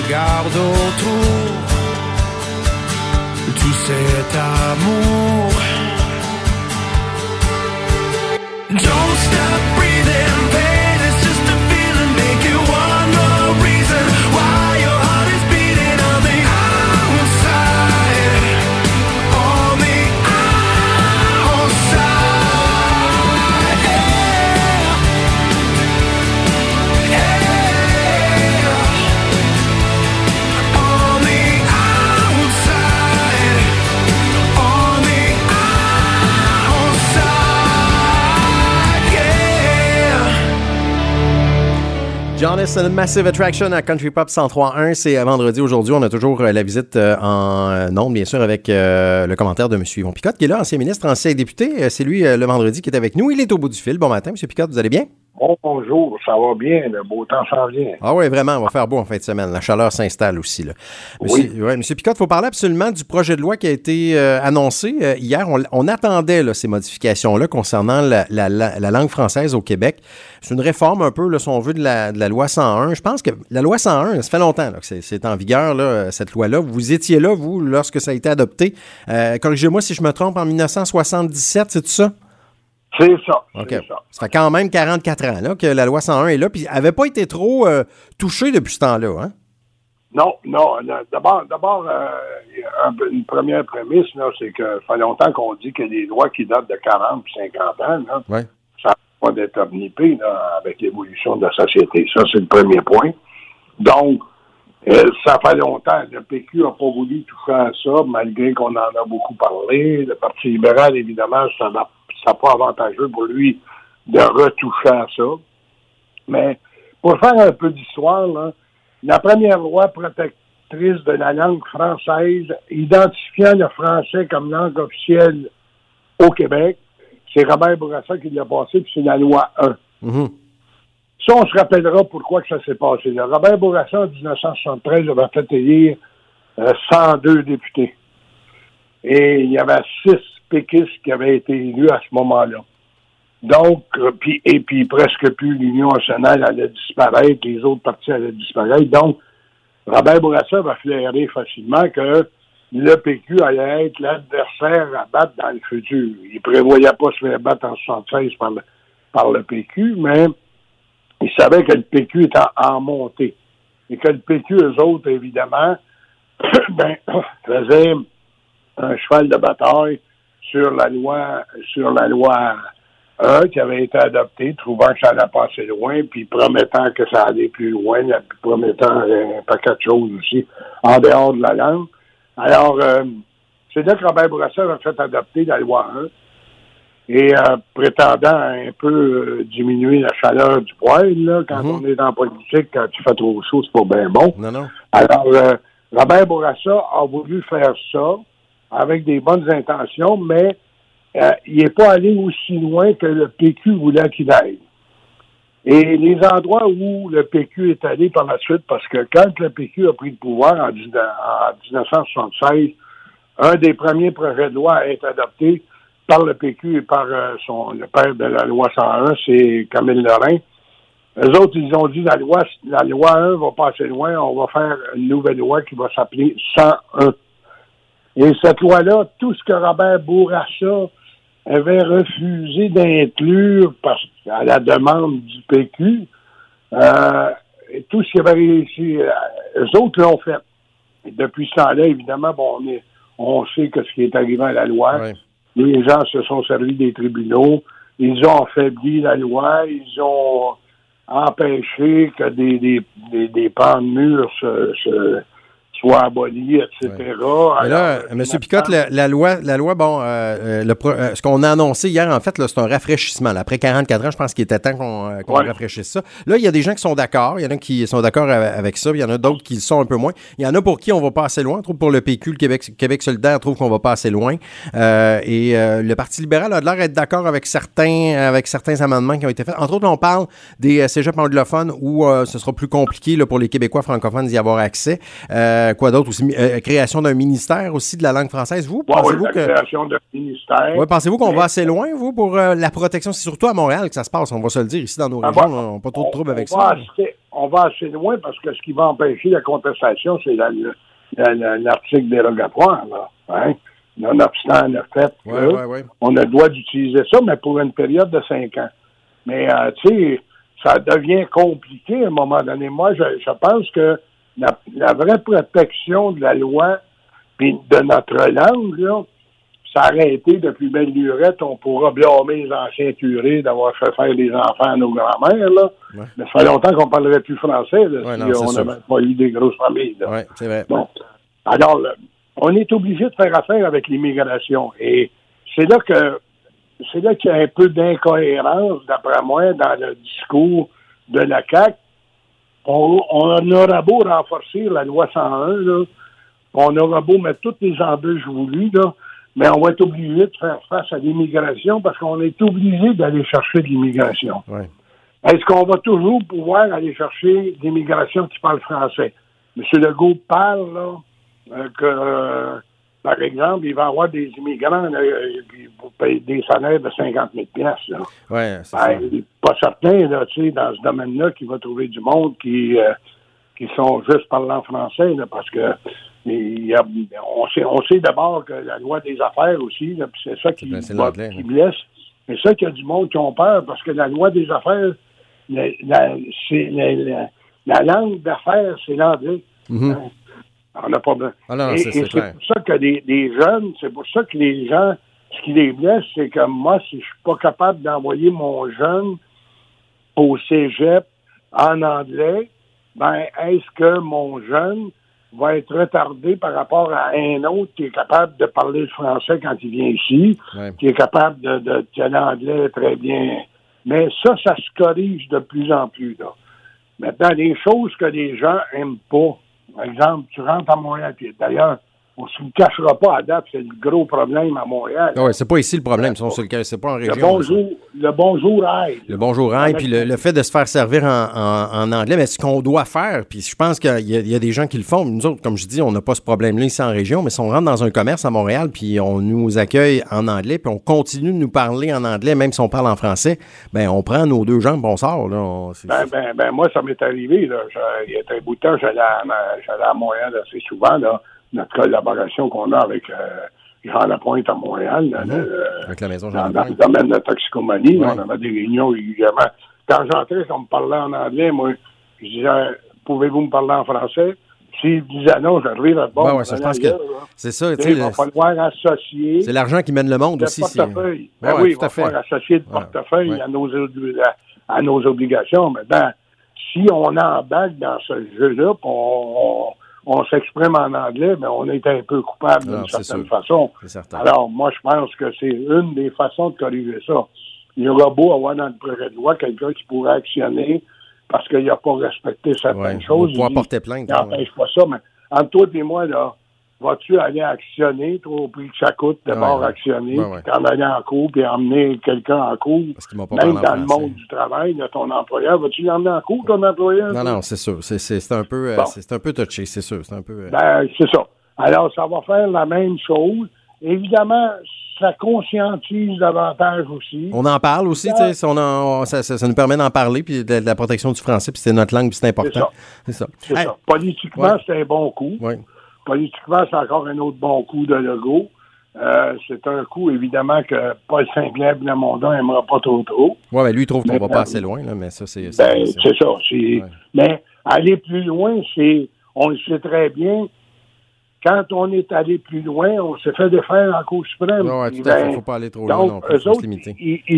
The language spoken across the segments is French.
regarde autour, tout cet amour. Don't stop breathing, pain is just a feeling, make you wonder reason why your heart is beating on the outside, on the outside, yeah, yeah, on the outside, on the outside, yeah. Jonas and Massive Attraction à Country Pop 103.1, c'est vendredi aujourd'hui. On a toujours la visite en ondes, bien sûr, avec le commentaire de M. Yvon Picotte, qui est là, ancien ministre, ancien député. C'est lui, le vendredi, qui est avec nous. Il est au bout du fil. Bon matin, M. Picotte, vous allez bien? Bonjour, ça va bien, le beau temps s'en vient. Ah oui, vraiment, on va faire beau en fin de semaine. La chaleur s'installe aussi, là. Oui. Monsieur Picotte, il faut parler absolument du projet de loi qui a été annoncé hier. On attendait là, ces modifications-là concernant la langue française au Québec. C'est une réforme un peu, là, si on veut, de la loi 101. Je pense que la loi 101, ça fait longtemps là, que c'est en vigueur, là, cette loi-là. Vous étiez là, vous, lorsque ça a été adopté. Corrigez-moi si je me trompe, en 1977, c'est tout ça? C'est ça, OK. c'est ça. Ça fait quand même 44 ans là, que la loi 101 est là, puis elle n'avait pas été trop touchée depuis ce temps-là, hein? Non, d'abord, une première prémisse, là, c'est que ça fait longtemps qu'on dit qu'il y a des lois qui datent de 40 puis 50 ans, là. Ouais. Ça n'a pas d'être omnipé, là, avec l'évolution de la société. Ça, c'est le premier point. Donc, ça fait longtemps. Le PQ n'a pas voulu toucher à ça, malgré qu'on en a beaucoup parlé. Le Parti libéral, évidemment, ça n'a pas avantageux pour lui de retoucher à ça. Mais pour faire un peu d'histoire, là, la première loi protectrice de la langue française, identifiant le français comme langue officielle au Québec, c'est Robert Bourassa qui l'a passé, puis c'est la loi 1. Mm-hmm. Ça, on se rappellera pourquoi que ça s'est passé là. Robert Bourassa, en 1973, avait fait élire 102 députés. Et il y avait 6 péquistes qui avaient été élus à ce moment-là. Donc, puis presque plus l'Union nationale allait disparaître, les autres partis allaient disparaître. Donc, Robert Bourassa va flairer facilement que le PQ allait être l'adversaire à battre dans le futur. Il prévoyait pas se faire battre en 1976 par le PQ, mais il savait que le PQ était en montée. Et que le PQ, eux autres, évidemment, faisaient un cheval de bataille sur la loi 1 qui avait été adoptée, trouvant que ça allait pas assez loin, puis promettant que ça allait plus loin, puis promettant un paquet de choses aussi en dehors de la langue. Alors, c'est là que Robert Bourassa a fait adopter la loi 1 et prétendant un peu diminuer la chaleur du poêle, là, quand on est en politique, quand tu fais trop chaud, c'est pas bien bon. Non. Alors, Robert Bourassa a voulu faire ça avec des bonnes intentions, mais il n'est pas allé aussi loin que le PQ voulait qu'il aille. Et les endroits où le PQ est allé par la suite, parce que quand le PQ a pris le pouvoir en 1976, un des premiers projets de loi à être adopté par le PQ et par le père de la loi 101, c'est Camille Lorrain. Eux autres, ils ont dit la loi 1 va pas assez loin, on va faire une nouvelle loi qui va s'appeler 101. Et cette loi-là, tout ce que Robert Bourassa avait refusé d'inclure à la demande du PQ, tout ce qu'il avait réussi, eux autres l'ont fait. Et depuis ce temps-là, évidemment, on sait que ce qui est arrivé à la loi, les gens se sont servis des tribunaux, ils ont affaibli la loi, ils ont empêché que des pans de murs soit aboli, etc. Mais là, M. Picotte, la loi, bon, ce qu'on a annoncé hier, en fait, là, c'est un rafraîchissement. Là. Après 44 ans, je pense qu'il était temps qu'on rafraîchisse ça. Là, il y a des gens qui sont d'accord. Il y en a qui sont d'accord avec ça. Il y en a d'autres qui le sont un peu moins. Il y en a pour qui on va pas assez loin. On trouve pour le PQ, le Québec solidaire trouve qu'on va pas assez loin. Et le Parti libéral a l'air d'être d'accord avec certains amendements qui ont été faits. Entre autres, on parle des cégeps anglophones où ce sera plus compliqué là, pour les Québécois francophones d'y avoir accès. Quoi d'autre aussi? Création d'un ministère aussi de la langue française. Vous, pensez-vous que... création d'un ministère. Oui, pensez-vous qu'on va assez loin, vous, pour la protection? C'est surtout à Montréal que ça se passe, on va se le dire. Ici, dans nos régions, on n'a pas trop de troubles avec ça. on va assez loin parce que ce qui va empêcher la contestation, c'est l'article dérogatoire, là. Hein? Nonobstant le fait qu'on a le droit d'utiliser ça, mais pour une période de 5 ans. Mais, tu sais, ça devient compliqué à un moment donné. Moi, je pense que la vraie protection de la loi puis de notre langue, là, ça aurait été depuis belle lurette, on pourra blâmer les anciens curés d'avoir fait faire les enfants à nos grands-mères, là. Ouais. Mais ça fait longtemps qu'on ne parlerait plus français, là, si on n'avait pas eu des grosses familles, là. Oui, c'est vrai. Bon. Alors, on est obligé de faire affaire avec l'immigration. Et c'est là qu'il y a un peu d'incohérence, d'après moi, dans le discours de la CAQ. On aura beau renforcer la loi 101, là, on aura beau mettre toutes les embûches voulues, là, mais on va être obligé de faire face à l'immigration parce qu'on est obligé d'aller chercher de l'immigration. Ouais. Est-ce qu'on va toujours pouvoir aller chercher de l'immigration qui parle français? M. Legault parle, là, par exemple, il va y avoir des immigrants pour payer des salaires de 50 000 $. Oui, c'est ça. Il n'est pas certain, là, tu sais, dans ce domaine-là, qu'il va trouver du monde qui sont juste parlant français, là, parce que on sait d'abord que la loi des affaires aussi, là, puis c'est ça qui blesse. C'est ça qu'il y a du monde qui ont peur, parce que la loi des affaires, la langue d'affaires, c'est l'anglais. Mm-hmm. On n'a pas besoin. C'est clair. Pour ça que des jeunes, c'est pour ça que les gens, ce qui les blesse, c'est que moi, si je suis pas capable d'envoyer mon jeune au cégep en anglais, ben, est-ce que mon jeune va être retardé par rapport à un autre qui est capable de parler le français quand il vient ici, qui est capable de l'anglais très bien. Mais ça se corrige de plus en plus, là. Maintenant, les choses que les gens aiment pas, par exemple, tu rentres à Montréal, puis d'ailleurs, on ne se le cachera pas à date, c'est le gros problème à Montréal. Oui, c'est pas ici le problème, c'est pas en région. Le bonjour aïe. Le bonjour aïe, puis le fait de se faire servir en anglais, mais ce qu'on doit faire, puis je pense qu'il y a des gens qui le font. Nous autres, comme je dis, on n'a pas ce problème-là ici en région, mais si on rentre dans un commerce à Montréal, puis on nous accueille en anglais, puis on continue de nous parler en anglais, même si on parle en français, ben on prend nos deux jambes, on sort. Là, moi, ça m'est arrivé. Là. Il y a un bout de temps, j'allais à Montréal assez souvent, là. Notre collaboration qu'on a avec Jean Lapointe à Montréal, avec la maison Jean Lapointe. Dans le domaine de la toxicomanie, on avait des réunions régulièrement. Quand j'entrais, on me parlait en anglais, moi, je disais, pouvez-vous me parler en français? S'ils disaient non, j'arrive à bord. Je pense que c'est ça. Il va falloir associer. C'est l'argent qui mène le monde aussi. Portefeuille. Oui, il va falloir associer le portefeuille à nos obligations. Maintenant, si on embarque dans ce jeu-là, on s'exprime en anglais, mais on est un peu coupable d'une certaine façon. Alors, moi, je pense que c'est une des façons de corriger ça. Il y aura beau avoir dans le projet de loi quelqu'un qui pourrait actionner parce qu'il n'a pas respecté certaines choses. Il pourra porter plainte. Il n'empêche pas ça, mais entre toi et moi, là, vas-tu aller actionner, toi, au prix que ça coûte, d'abord actionner, puis t'en aller en cours, puis emmener quelqu'un en cours, même dans le monde du travail, de ton employeur, vas-tu l'emmener en cours, ton employeur? Non, c'est sûr. C'est un peu touché, c'est sûr. C'est un peu... c'est ça. Alors, ça va faire la même chose. Évidemment, ça conscientise davantage aussi. On en parle aussi, tu sais, ça nous permet d'en parler, puis de la protection du français, puis c'est notre langue, puis c'est important. C'est ça. Politiquement, c'est un bon coup. Oui. Politiquement, c'est encore un autre bon coup de Legault. C'est un coup, évidemment, que Paul Saint-Pierre Blamondon n'aimera pas trop. Oui, mais lui, il trouve qu'on va pas assez loin, là, mais ça, c'est ça. Mais aller plus loin, on le sait très bien, quand on est allé plus loin, on s'est fait défaire en Cour suprême. Oui, tout à fait, il ne faut pas aller trop loin non plus, il faut se limiter.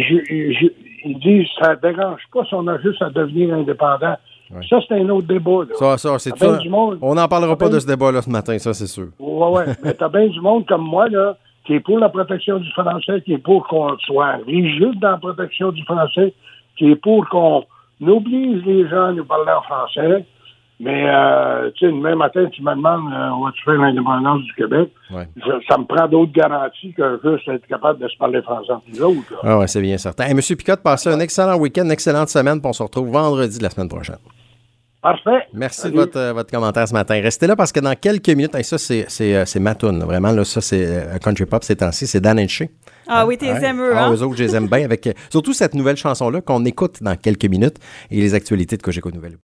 Ils disent, ça ne dérange pas si on a juste à devenir indépendant. Ouais. Ça, c'est un autre débat. Là. Ça, c'est tout. On n'en parlera pas de ce débat-là ce matin, ça, c'est sûr. Oui. Mais t'as bien du monde comme moi, là, qui est pour la protection du français, qui est pour qu'on soit rigide dans la protection du français, qui est pour qu'on oblige les gens à nous parler en français. Mais, tu sais, demain matin, tu me demandes, vas-tu faire l'indépendance du Québec? Ouais. Ça me prend d'autres garanties que juste être capable de se parler français entre les autres. Ah oui, c'est bien certain. Hey, M. Picotte, passez un excellent week-end, une excellente semaine, puis on se retrouve vendredi de la semaine prochaine. Parfait. Merci de votre commentaire ce matin. Restez là parce que dans quelques minutes, ça, c'est ma toune. Vraiment, là, ça, c'est Country Pop ces temps-ci. C'est Dan Henché. Ah oui, t'es aimeux, hein? Eux autres, je les aime bien. Avec surtout cette nouvelle chanson-là qu'on écoute dans quelques minutes et les actualités de Cogeco Nouvelles.